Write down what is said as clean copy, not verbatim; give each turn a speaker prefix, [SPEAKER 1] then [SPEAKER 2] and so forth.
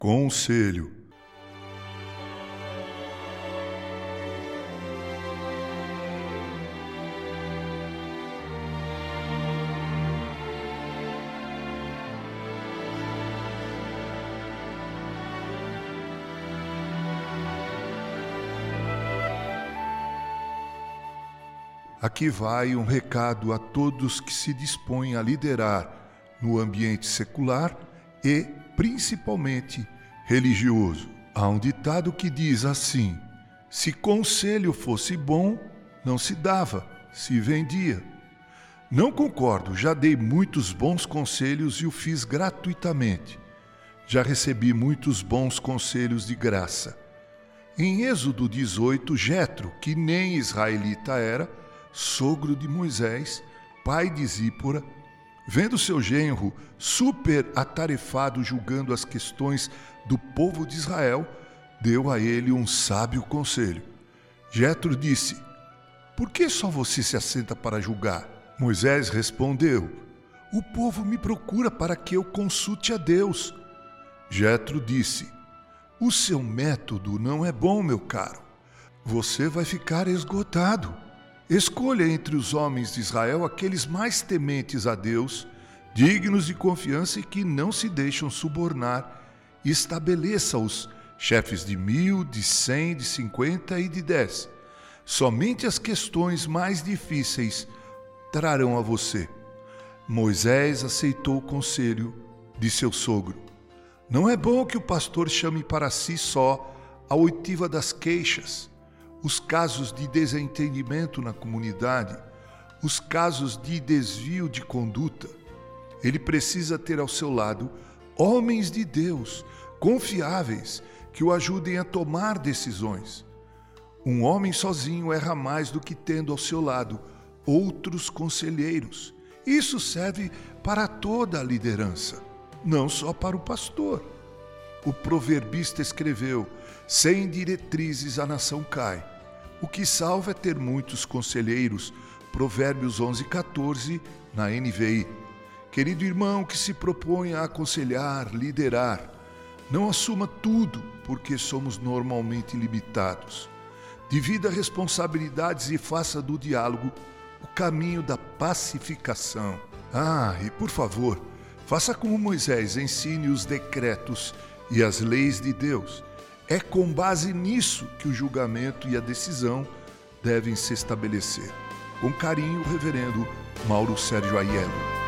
[SPEAKER 1] Conselho. Aqui vai um recado a todos que se dispõem a liderar no ambiente secular e, principalmente, religioso. Há um ditado que diz assim: se conselho fosse bom, não se dava, se vendia. Não concordo, já dei muitos bons conselhos e o fiz gratuitamente. Já recebi muitos bons conselhos de graça. Em Êxodo 18, Jetro, que nem israelita era, sogro de Moisés, pai de Zípora, vendo seu genro super atarefado julgando as questões do povo de Israel, deu a ele um sábio conselho. Jetro disse: por que só você se assenta para julgar? Moisés respondeu: o povo me procura para que eu consulte a Deus. Jetro disse: o seu método não é bom, meu caro. Você vai ficar esgotado. Escolha entre os homens de Israel aqueles mais tementes a Deus, dignos de confiança e que não se deixam subornar, e estabeleça-os chefes de 1.000, de 100, de 50 e de 10. Somente as questões mais difíceis trarão a você. Moisés aceitou o conselho de seu sogro. Não é bom que o pastor chame para si só a oitiva das queixas, os casos de desentendimento na comunidade, os casos de desvio de conduta. Ele precisa ter ao seu lado homens de Deus, confiáveis, que o ajudem a tomar decisões. Um homem sozinho erra mais do que tendo ao seu lado outros conselheiros. Isso serve para toda a liderança, não só para o pastor. O proverbista escreveu: sem diretrizes a nação cai. O que salva é ter muitos conselheiros. Provérbios 11:14, na NVI. Querido irmão que se propõe a aconselhar, liderar, não assuma tudo, porque somos normalmente limitados. Divida responsabilidades e faça do diálogo o caminho da pacificação. E por favor, faça como Moisés, ensine os decretos e as leis de Deus. É com base nisso que o julgamento e a decisão devem se estabelecer. Com carinho, Reverendo Mauro Sérgio Aiello.